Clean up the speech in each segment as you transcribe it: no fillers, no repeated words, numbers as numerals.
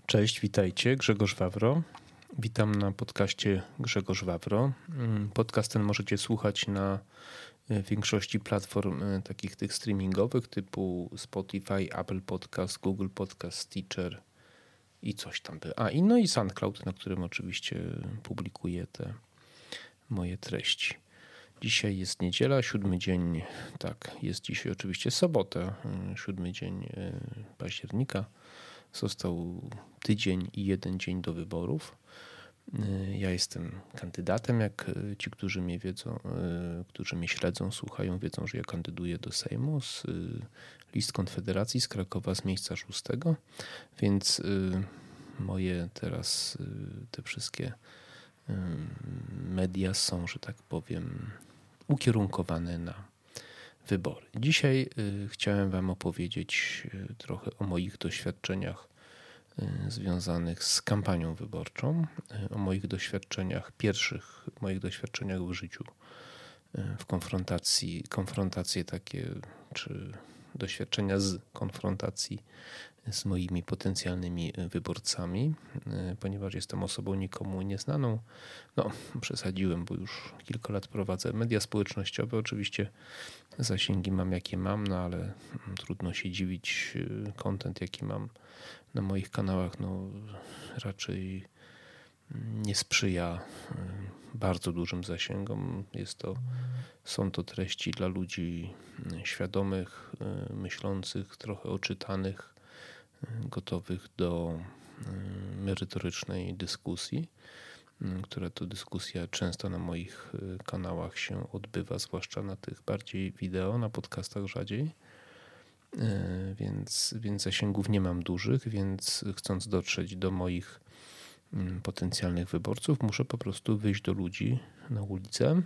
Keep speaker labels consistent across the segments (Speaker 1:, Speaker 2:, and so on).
Speaker 1: Cześć, witajcie, Grzegorz Wawro. Witam na podcaście Grzegorz Wawro. Podcast ten możecie słuchać na większości platform takich tych streamingowych typu Spotify, Apple Podcast, Google Podcast, Stitcher i coś tam. No i SoundCloud, na którym oczywiście publikuję te moje treści. Dzisiaj jest niedziela, 7 dzień, jest dzisiaj oczywiście sobota, 7 dzień października. Został tydzień i 1 dzień do wyborów. Ja jestem kandydatem, jak ci, którzy mnie wiedzą, którzy mnie śledzą, słuchają, wiedzą, że ja kandyduję do Sejmu z list Konfederacji z Krakowa z miejsca 6. Więc moje teraz te wszystkie media są, że tak powiem, ukierunkowane na wybory. Dzisiaj chciałem wam opowiedzieć trochę o moich doświadczeniach związanych z kampanią wyborczą, o moich doświadczeniach, pierwszych moich doświadczeniach w życiu w konfrontacje takie, czy doświadczenia z konfrontacji z moimi potencjalnymi wyborcami, ponieważ jestem osobą nikomu nieznaną. Przesadziłem, bo już kilka lat prowadzę media społecznościowe. Oczywiście zasięgi mam, jakie mam, ale trudno się dziwić. Content, jaki mam na moich kanałach, raczej nie sprzyja bardzo dużym zasięgom. Są to treści dla ludzi świadomych, myślących, trochę oczytanych, gotowych do merytorycznej dyskusji, która to dyskusja często na moich kanałach się odbywa, zwłaszcza na tych bardziej wideo, na podcastach rzadziej. Więc zasięgów nie mam dużych, więc chcąc dotrzeć do moich potencjalnych wyborców, muszę po prostu wyjść do ludzi na ulicę.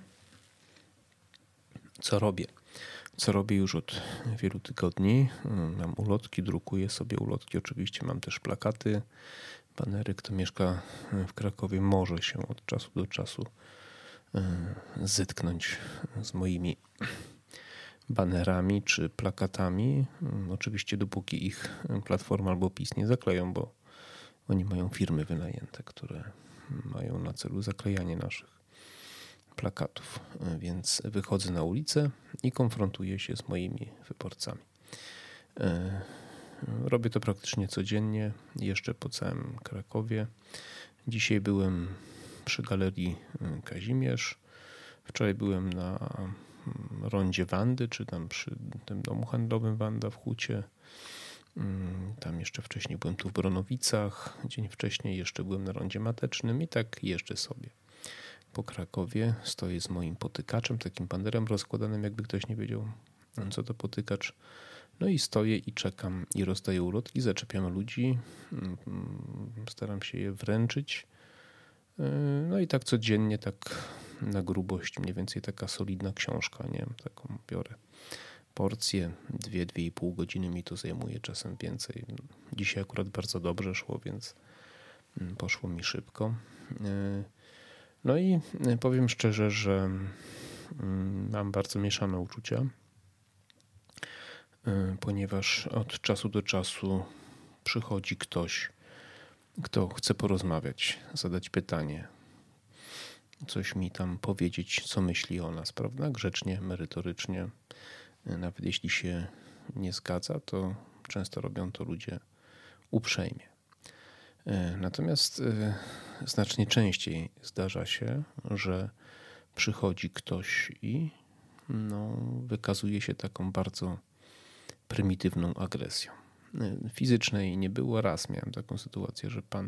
Speaker 1: Co robię już od wielu tygodni. Mam ulotki, drukuję sobie ulotki. Oczywiście mam też plakaty, banery. Kto mieszka w Krakowie, może się od czasu do czasu zetknąć z moimi banerami czy plakatami. Oczywiście dopóki ich Platforma albo PiS nie zakleją, bo oni mają firmy wynajęte, które mają na celu zaklejanie naszych plakatów. Więc wychodzę na ulicę i konfrontuję się z moimi wyborcami. Robię to praktycznie codziennie, jeszcze po całym Krakowie. Dzisiaj byłem przy Galerii Kazimierz. Wczoraj byłem na rondzie Wandy, czy tam przy tym domu handlowym Wanda w Hucie. Tam jeszcze wcześniej byłem tu w Bronowicach. Dzień wcześniej jeszcze byłem na rondzie Matecznym i tak jeżdżę sobie po Krakowie. Stoję z moim potykaczem, takim banerem rozkładanym, jakby ktoś nie wiedział, co to potykacz. I stoję i czekam i rozdaję ulotki, zaczepiam ludzi, staram się je wręczyć. I tak codziennie, tak na grubość, mniej więcej taka solidna książka, nie wiem, taką biorę porcję, 2-2,5 godziny mi to zajmuje, czasem więcej. Dzisiaj akurat bardzo dobrze szło, więc poszło mi szybko. I powiem szczerze, że mam bardzo mieszane uczucia, ponieważ od czasu do czasu przychodzi ktoś, kto chce porozmawiać, zadać pytanie, coś mi tam powiedzieć, co myśli o nas, prawda? Grzecznie, merytorycznie. Nawet jeśli się nie zgadza, to często robią to ludzie uprzejmie. Natomiast znacznie częściej zdarza się, że przychodzi ktoś i wykazuje się taką bardzo prymitywną agresją. Fizycznej nie było. Raz miałem taką sytuację, że pan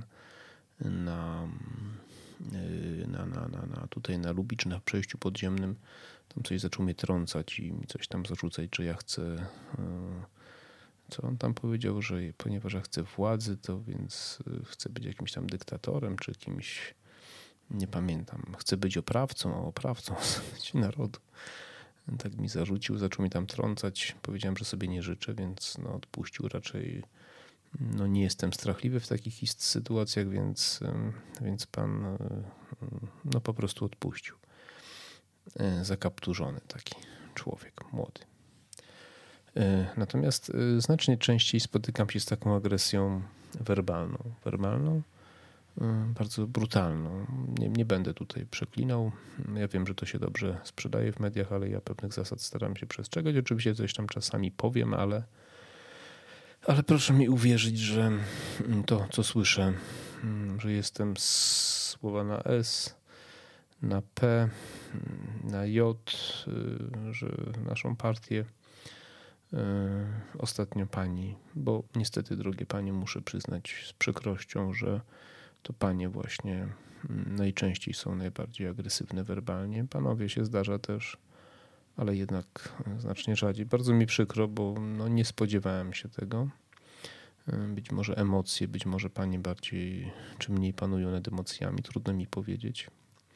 Speaker 1: tutaj na Lubicz, na przejściu podziemnym, tam coś zaczął mnie trącać i mi coś tam zarzucać, że ja chcę, co on tam powiedział, że ponieważ ja chcę władzy, to więc chcę być jakimś tam dyktatorem, czy kimś, nie pamiętam, chcę być oprawcą narodu. Tak mi zarzucił, zaczął mi tam trącać. Powiedziałem, że sobie nie życzę, więc odpuścił raczej. Nie jestem strachliwy w takich sytuacjach, więc pan po prostu odpuścił. Zakapturzony taki człowiek, młody. Natomiast znacznie częściej spotykam się z taką agresją werbalną, bardzo brutalną. Nie będę tutaj przeklinał. Ja wiem, że to się dobrze sprzedaje w mediach, ale ja pewnych zasad staram się przestrzegać. Oczywiście coś tam czasami powiem, ale proszę mi uwierzyć, że to, co słyszę, że jestem z słowa na S, na P, na J, że naszą partię ostatnio pani, bo niestety, drogie panie, muszę przyznać z przykrością, że to panie właśnie najczęściej są najbardziej agresywne werbalnie. Panowie się zdarza też, ale jednak znacznie rzadziej. Bardzo mi przykro, bo nie spodziewałem się tego. Być może emocje, być może panie bardziej czy mniej panują nad emocjami, trudno mi powiedzieć.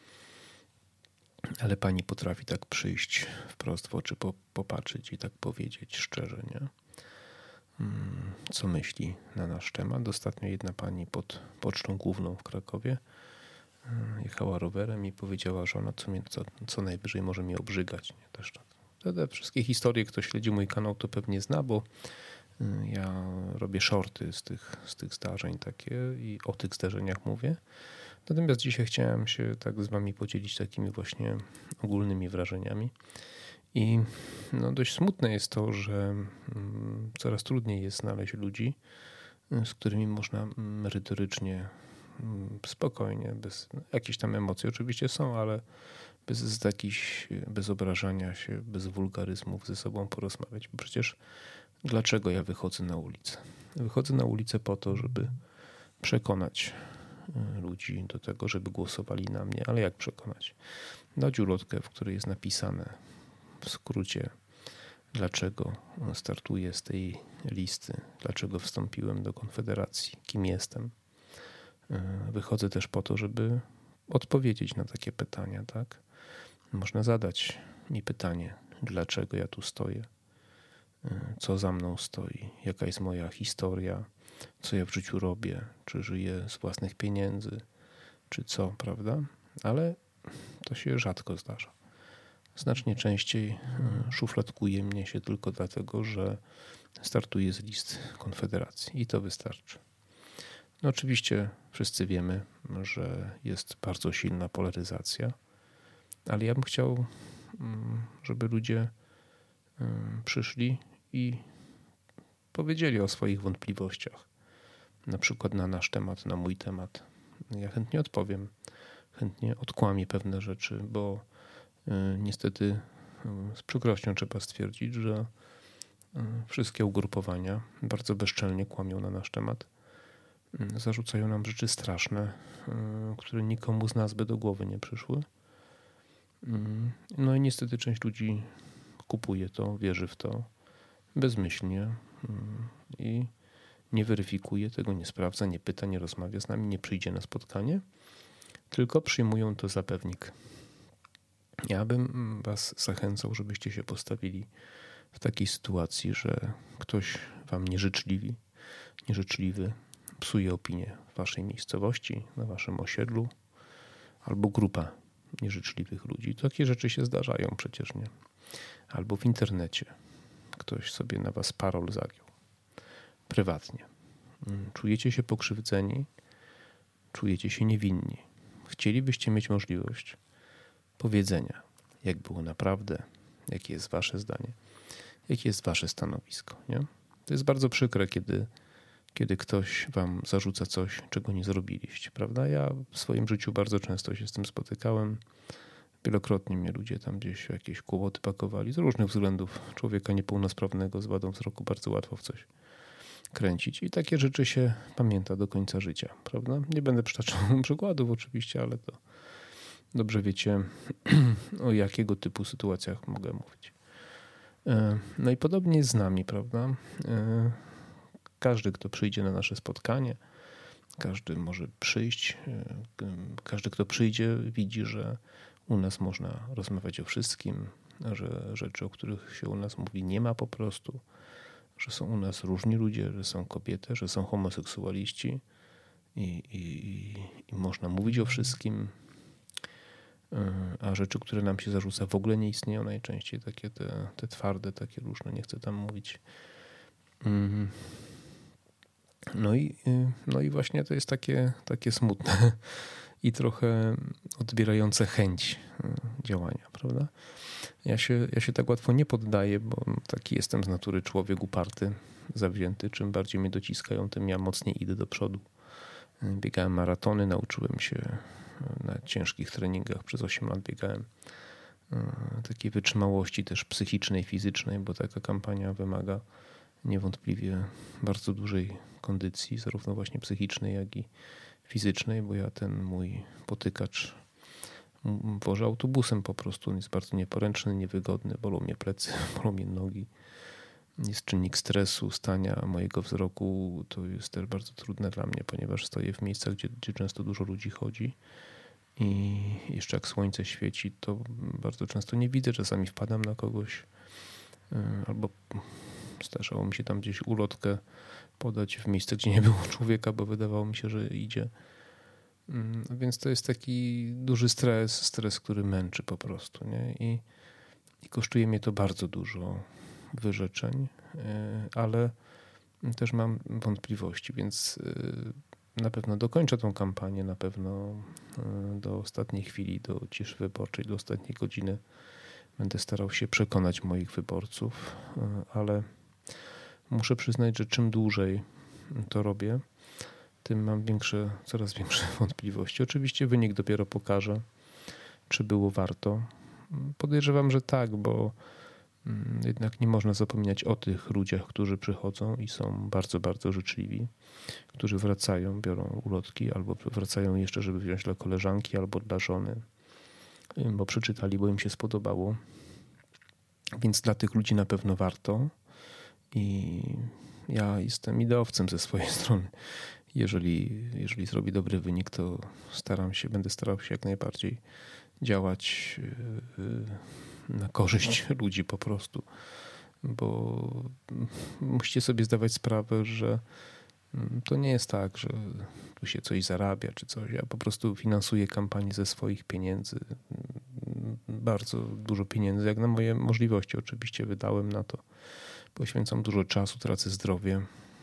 Speaker 1: Ale pani potrafi tak przyjść wprost w oczy, popatrzeć i tak powiedzieć szczerze, nie? Co myśli na nasz temat. Ostatnio jedna pani pod Pocztą Główną w Krakowie jechała rowerem i powiedziała, że ona co najwyżej może mnie obrzygać. Nie? Też te wszystkie historie, kto śledzi mój kanał, to pewnie zna, bo ja robię shorty z tych zdarzeń takie i o tych zdarzeniach mówię. Natomiast dzisiaj chciałem się tak z wami podzielić takimi właśnie ogólnymi wrażeniami. I dość smutne jest to, że coraz trudniej jest znaleźć ludzi, z którymi można merytorycznie, spokojnie, bez jakichś tam emocji oczywiście są, ale bez obrażania się, bez wulgaryzmów ze sobą porozmawiać. Bo przecież dlaczego ja wychodzę na ulicę? Wychodzę na ulicę po to, żeby przekonać ludzi do tego, żeby głosowali na mnie. Ale jak przekonać? Dać ulotkę, w której jest napisane w skrócie, dlaczego startuję z tej listy, dlaczego wstąpiłem do Konfederacji, kim jestem. Wychodzę też po to, żeby odpowiedzieć na takie pytania, tak? Można zadać mi pytanie, dlaczego ja tu stoję, co za mną stoi, jaka jest moja historia, co ja w życiu robię, czy żyję z własnych pieniędzy, czy co, prawda? Ale to się rzadko zdarza. Znacznie częściej szufladkuje mnie się tylko dlatego, że startuję z list Konfederacji i to wystarczy. Oczywiście wszyscy wiemy, że jest bardzo silna polaryzacja, ale ja bym chciał, żeby ludzie przyszli i powiedzieli o swoich wątpliwościach. Na przykład na nasz temat, na mój temat. Ja chętnie odpowiem, chętnie odkłamię pewne rzeczy, bo niestety z przykrością trzeba stwierdzić, że wszystkie ugrupowania bardzo bezczelnie kłamią na nasz temat. Zarzucają nam rzeczy straszne, które nikomu z nas by do głowy nie przyszły. No i niestety część ludzi kupuje to, wierzy w to bezmyślnie i nie weryfikuje tego, nie sprawdza, nie pyta, nie rozmawia z nami, nie przyjdzie na spotkanie, tylko przyjmują to za pewnik. Ja bym was zachęcał, żebyście się postawili w takiej sytuacji, że ktoś wam nieżyczliwy psuje opinię w waszej miejscowości, na waszym osiedlu, albo grupa nieżyczliwych ludzi. Takie rzeczy się zdarzają przecież, nie? Albo w internecie ktoś sobie na was parol zagiął. Prywatnie. Czujecie się pokrzywdzeni, czujecie się niewinni. Chcielibyście mieć możliwość powiedzenia, jak było naprawdę, jakie jest wasze zdanie, jakie jest wasze stanowisko. Nie? To jest bardzo przykre, kiedy ktoś wam zarzuca coś, czego nie zrobiliście, prawda? Ja w swoim życiu bardzo często się z tym spotykałem. Wielokrotnie mnie ludzie tam gdzieś w jakieś kłopoty pakowali z różnych względów. Człowieka niepełnosprawnego z wadą wzroku bardzo łatwo w coś kręcić. I takie rzeczy się pamięta do końca życia, prawda? Nie będę przytaczał przykładów oczywiście, ale to dobrze wiecie, o jakiego typu sytuacjach mogę mówić. No i podobnie jest z nami, prawda? Każdy, kto przyjdzie na nasze spotkanie, każdy może przyjść, każdy, kto przyjdzie, widzi, że u nas można rozmawiać o wszystkim, że rzeczy, o których się u nas mówi, nie ma po prostu, że są u nas różni ludzie, że są kobiety, że są homoseksualiści i można mówić o wszystkim, a rzeczy, które nam się zarzuca, w ogóle nie istnieją najczęściej, takie te twarde, takie różne, nie chcę tam mówić. No i właśnie to jest takie smutne i trochę odbierające chęć działania, prawda? Ja się tak łatwo nie poddaję, bo taki jestem z natury człowiek uparty, zawzięty. Czym bardziej mnie dociskają, tym ja mocniej idę do przodu. Biegałem maratony, nauczyłem się na ciężkich treningach, przez 8 lat biegałem, takiej wytrzymałości też psychicznej, fizycznej, bo taka kampania wymaga niewątpliwie bardzo dużej kondycji, zarówno właśnie psychicznej, jak i fizycznej, bo ja ten mój potykacz wożę autobusem po prostu. On jest bardzo nieporęczny, niewygodny, bolą mnie plecy, bolą mnie nogi. Jest czynnik stresu, stania mojego wzroku. To jest też bardzo trudne dla mnie, ponieważ stoję w miejscach, gdzie często dużo ludzi chodzi i jeszcze jak słońce świeci, to bardzo często nie widzę. Czasami wpadam na kogoś albo zdarzało mi się tam gdzieś ulotkę podać w miejsce, gdzie nie było człowieka, bo wydawało mi się, że idzie. Więc to jest taki duży stres, który męczy po prostu, nie? I kosztuje mnie to bardzo dużo wyrzeczeń, ale też mam wątpliwości, więc na pewno dokończę tą kampanię, na pewno do ostatniej chwili, do ciszy wyborczej, do ostatniej godziny będę starał się przekonać moich wyborców, ale muszę przyznać, że czym dłużej to robię, tym mam coraz większe wątpliwości. Oczywiście wynik dopiero pokaże, czy było warto. Podejrzewam, że tak, bo jednak nie można zapominać o tych ludziach, którzy przychodzą i są bardzo, bardzo życzliwi, którzy wracają, biorą ulotki albo wracają jeszcze, żeby wziąć dla koleżanki albo dla żony, bo przeczytali, bo im się spodobało. Więc dla tych ludzi na pewno warto i ja jestem ideowcem ze swojej strony. Jeżeli zrobi dobry wynik, to będę starał się jak najbardziej działać na korzyść ludzi po prostu, bo musicie sobie zdawać sprawę, że to nie jest tak, że tu się coś zarabia czy coś. Ja po prostu finansuję kampanię ze swoich pieniędzy. Bardzo dużo pieniędzy, jak na moje możliwości oczywiście wydałem na to. Poświęcam dużo czasu, tracę zdrowie.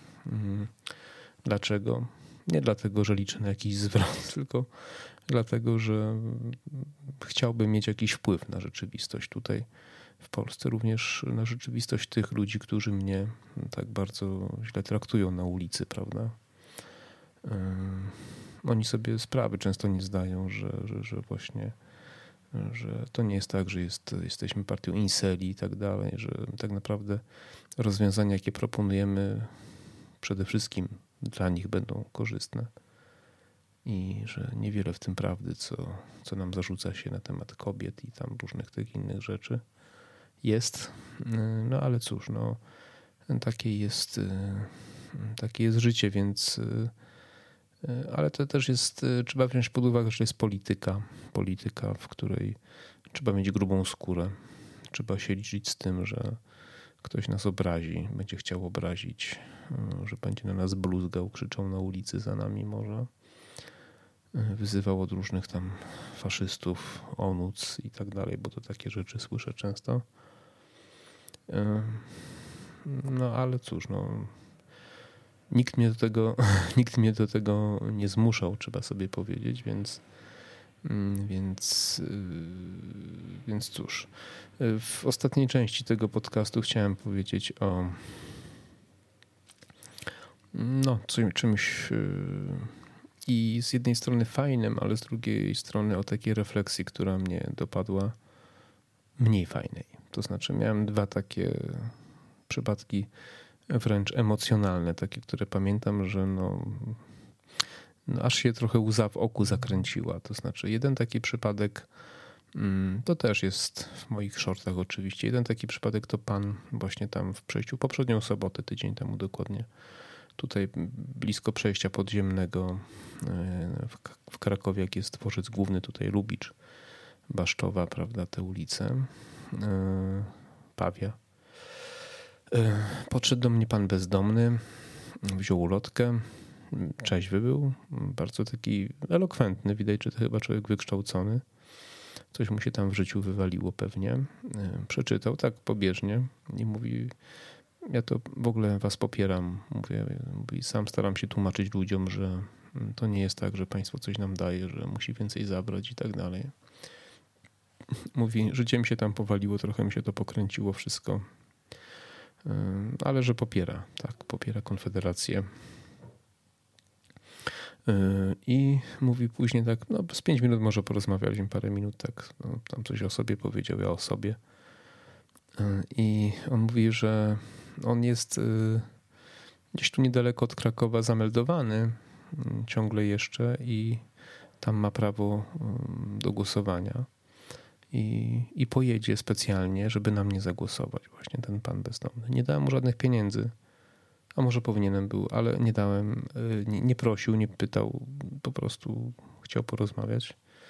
Speaker 1: Dlaczego? Nie dlatego, że liczę na jakiś zwrot, tylko dlatego, że chciałbym mieć jakiś wpływ na rzeczywistość tutaj w Polsce, również na rzeczywistość tych ludzi, którzy mnie tak bardzo źle traktują na ulicy, prawda? Oni sobie sprawy często nie zdają, że właśnie, że to nie jest tak, że jesteśmy partią inceli i tak dalej, że tak naprawdę rozwiązania, jakie proponujemy, przede wszystkim dla nich będą korzystne i że niewiele w tym prawdy, co nam zarzuca się na temat kobiet i tam różnych tych innych rzeczy jest. No ale cóż, no takie jest życie, więc ale to też jest, trzeba wziąć pod uwagę, że to jest polityka, w której trzeba mieć grubą skórę. Trzeba się liczyć z tym, że ktoś nas obrazi, będzie chciał obrazić, że będzie na nas bluzgał, krzyczał na ulicy za nami może. Wyzywał od różnych tam faszystów, onuc i tak dalej, bo to takie rzeczy słyszę często. No ale cóż, no nikt mnie do tego nie zmuszał, trzeba sobie powiedzieć, więc cóż. W ostatniej części tego podcastu chciałem powiedzieć o czymś i z jednej strony fajnym, ale z drugiej strony o takiej refleksji, która mnie dopadła, mniej fajnej. To znaczy miałem 2 takie przypadki wręcz emocjonalne, takie, które pamiętam, że aż się trochę łza w oku zakręciła. To znaczy jeden taki przypadek, to też jest w moich shortach oczywiście, jeden taki przypadek to pan właśnie tam w przejściu, poprzednią sobotę, tydzień temu dokładnie, tutaj blisko przejścia podziemnego w Krakowie, jak jest dworzec główny, tutaj Lubicz, Baszczowa, prawda, te ulice, Pawia. Podszedł do mnie pan bezdomny, wziął ulotkę, trzeźwy był, bardzo taki elokwentny, widać, że to chyba człowiek wykształcony. Coś mu się tam w życiu wywaliło pewnie. Przeczytał tak pobieżnie i mówi, ja to w ogóle was popieram. Mówię, i sam staram się tłumaczyć ludziom, że to nie jest tak, że państwo coś nam daje, że musi więcej zabrać i tak dalej. Mówi, życie mi się tam powaliło, trochę mi się to pokręciło wszystko, ale że popiera Konfederację. I mówi później tak, z 5 minut może porozmawialiśmy, parę minut, tak, tam coś o sobie powiedział, ja o sobie. I on mówi, że on jest gdzieś tu niedaleko od Krakowa zameldowany ciągle jeszcze i tam ma prawo do głosowania i pojedzie specjalnie, żeby na mnie zagłosować, właśnie ten pan bezdomny. Nie dałem mu żadnych pieniędzy, a może powinienem był, ale nie dałem, nie prosił, nie pytał, po prostu chciał porozmawiać.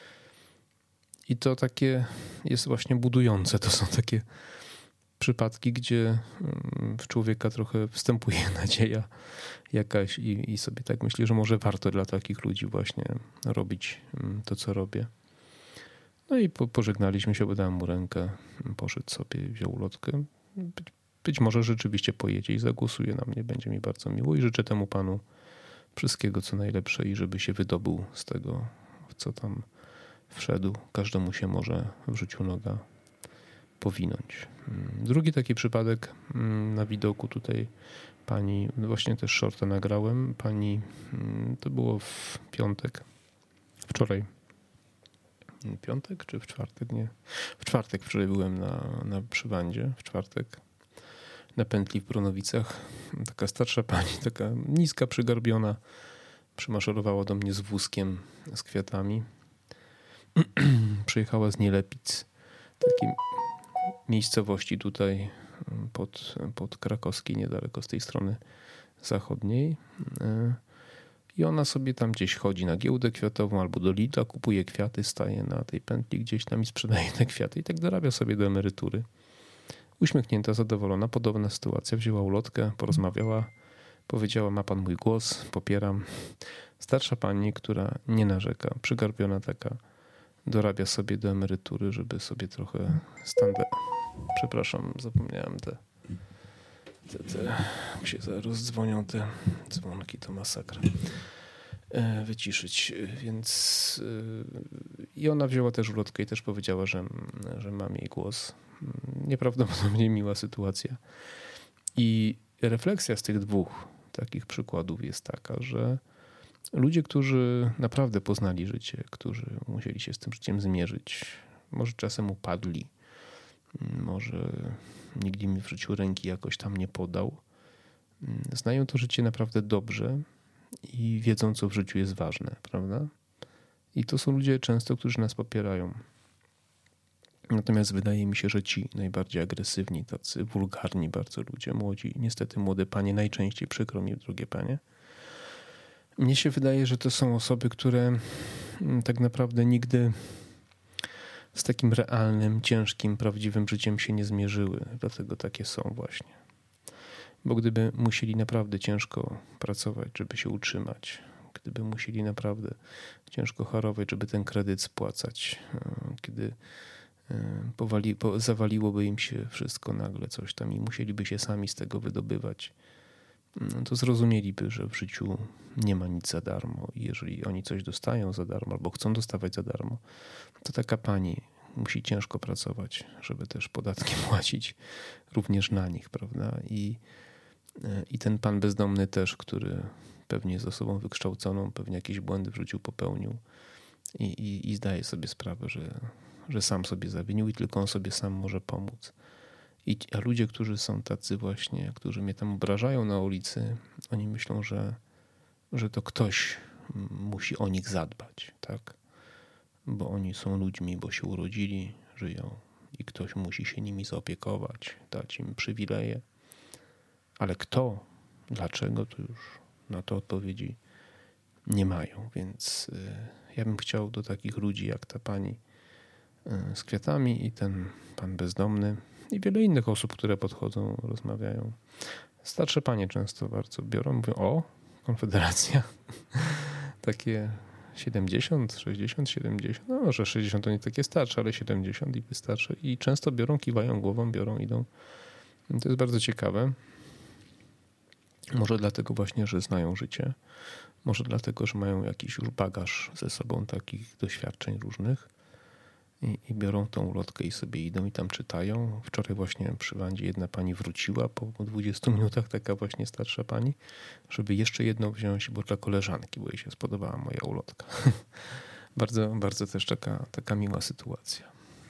Speaker 1: I to takie jest właśnie budujące. To są takie przypadki, gdzie w człowieka trochę wstępuje nadzieja jakaś i sobie tak myślę, że może warto dla takich ludzi właśnie robić to, co robię. No i pożegnaliśmy się, dałem mu rękę, poszedł sobie, wziął ulotkę. Być może rzeczywiście pojedzie i zagłosuje na mnie, będzie mi bardzo miło i życzę temu panu wszystkiego, co najlepsze i żeby się wydobył z tego, w co tam wszedł. Każdemu się może w życiu noga powinąć. Drugi taki przypadek na widoku tutaj pani, właśnie też shorta nagrałem, pani, to było w piątek, wczoraj, piątek czy w czwartek, nie, w czwartek wczoraj byłem na Przybandzie, w czwartek na pętli w Bronowicach, taka starsza pani, taka niska, przygarbiona, przymaszerowała do mnie z wózkiem z kwiatami, przyjechała z Nielepic, takiej miejscowości tutaj pod Krakowskiej, niedaleko z tej strony zachodniej. I ona sobie tam gdzieś chodzi na giełdę kwiatową albo do Lidla, kupuje kwiaty, staje na tej pętli gdzieś tam i sprzedaje te kwiaty i tak dorabia sobie do emerytury. Uśmiechnięta, zadowolona, podobna sytuacja. Wzięła ulotkę, porozmawiała, powiedziała, ma pan mój głos, popieram. Starsza pani, która nie narzeka, przygarbiona taka, dorabia sobie do emerytury, żeby sobie trochę Przepraszam, zapomniałem jak się zaraz dzwonią te dzwonki, to masakra. Wyciszyć, więc i ona wzięła też ulotkę i też powiedziała, że mam jej głos. Nieprawdopodobnie miła sytuacja. I refleksja z tych dwóch takich przykładów jest taka, że ludzie, którzy naprawdę poznali życie, którzy musieli się z tym życiem zmierzyć, może czasem upadli, może nikt im w życiu ręki jakoś tam nie podał, znają to życie naprawdę dobrze i wiedzą, co w życiu jest ważne, prawda? I to są ludzie często, którzy nas popierają. Natomiast wydaje mi się, że ci najbardziej agresywni, tacy wulgarni bardzo ludzie, młodzi, niestety młode panie, najczęściej, przykro mi, drogie panie, mnie się wydaje, że to są osoby, które tak naprawdę nigdy z takim realnym, ciężkim, prawdziwym życiem się nie zmierzyły. Dlatego takie są właśnie. Bo gdyby musieli naprawdę ciężko pracować, żeby się utrzymać, gdyby musieli naprawdę ciężko harować, żeby ten kredyt spłacać, kiedy zawaliłoby im się wszystko nagle coś tam i musieliby się sami z tego wydobywać, to zrozumieliby, że w życiu nie ma nic za darmo. I jeżeli oni coś dostają za darmo albo chcą dostawać za darmo, to taka pani musi ciężko pracować, żeby też podatki płacić również na nich, prawda? I ten pan bezdomny też, który pewnie jest osobą wykształconą, pewnie jakieś błędy w życiu popełnił i zdaje sobie sprawę, że sam sobie zawinił i tylko on sobie sam może pomóc. A ludzie, którzy są tacy właśnie, którzy mnie tam obrażają na ulicy, oni myślą, że to ktoś musi o nich zadbać, tak? Bo oni są ludźmi, bo się urodzili, żyją i ktoś musi się nimi zaopiekować, dać im przywileje. Ale kto, dlaczego, to już na to odpowiedzi nie mają. Więc ja bym chciał do takich ludzi jak ta pani z kwiatami i ten pan bezdomny i wiele innych osób, które podchodzą, rozmawiają. Starsze panie często bardzo biorą, mówią, o, Konfederacja. Takie 70, 60, 70, no może 60 to nie takie starsze, ale 70 i wystarczy. I często biorą, kiwają głową, biorą, idą. To jest bardzo ciekawe. Może dlatego właśnie, że znają życie. Może dlatego, że mają jakiś już bagaż ze sobą takich doświadczeń różnych i biorą tą ulotkę i sobie idą i tam czytają. Wczoraj właśnie przy Wandzie jedna pani wróciła po 20 minutach, taka właśnie starsza pani, żeby jeszcze jedną wziąć, bo dla koleżanki, bo jej się spodobała moja ulotka. Bardzo, bardzo też taka miła sytuacja.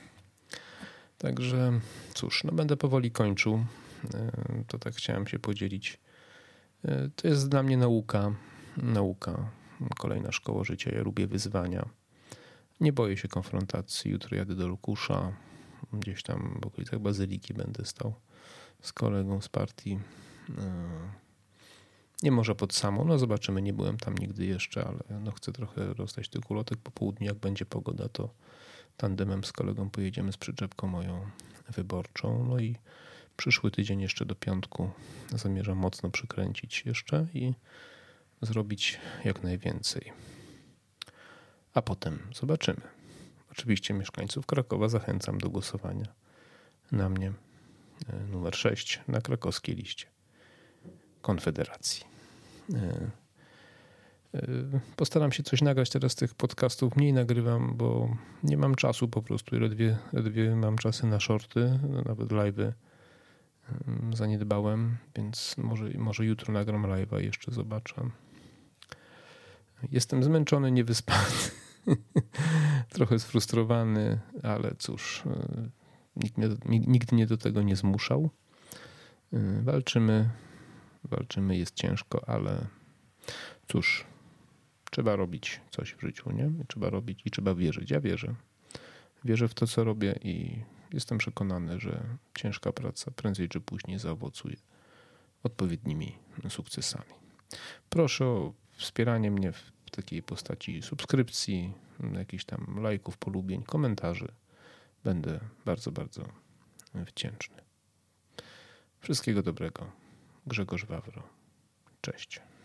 Speaker 1: Także cóż, będę powoli kończył. To tak chciałem się podzielić. To jest dla mnie nauka, kolejna szkoła życia. Ja lubię wyzwania. Nie boję się konfrontacji. Jutro jadę do Lukusza. Gdzieś tam w okolicach Bazyliki będę stał z kolegą z partii. Nie może pod samą, zobaczymy. Nie byłem tam nigdy jeszcze, ale chcę trochę rozdać tych ulotek po południu. Jak będzie pogoda, to tandemem z kolegą pojedziemy z przyczepką moją wyborczą. I przyszły tydzień jeszcze do piątku zamierzam mocno przykręcić jeszcze i zrobić jak najwięcej. A potem zobaczymy. Oczywiście mieszkańców Krakowa zachęcam do głosowania na mnie. Numer 6 na krakowskiej liście Konfederacji. Postaram się coś nagrać teraz z tych podcastów. Mniej nagrywam, bo nie mam czasu po prostu. Ledwie mam czasy na shorty, nawet live'y zaniedbałem, więc może jutro nagram live'a i jeszcze zobaczę. Jestem zmęczony, niewyspany. Trochę sfrustrowany, ale cóż, nikt mnie do tego nie zmuszał. Walczymy, jest ciężko, ale cóż, trzeba robić coś w życiu, nie? Trzeba robić i trzeba wierzyć. Ja wierzę. Wierzę w to, co robię i jestem przekonany, że ciężka praca prędzej czy później zaowocuje odpowiednimi sukcesami. Proszę o wspieranie mnie w takiej postaci subskrypcji, jakichś tam lajków, polubień, komentarzy. Będę bardzo, bardzo wdzięczny. Wszystkiego dobrego. Grzegorz Wawro. Cześć.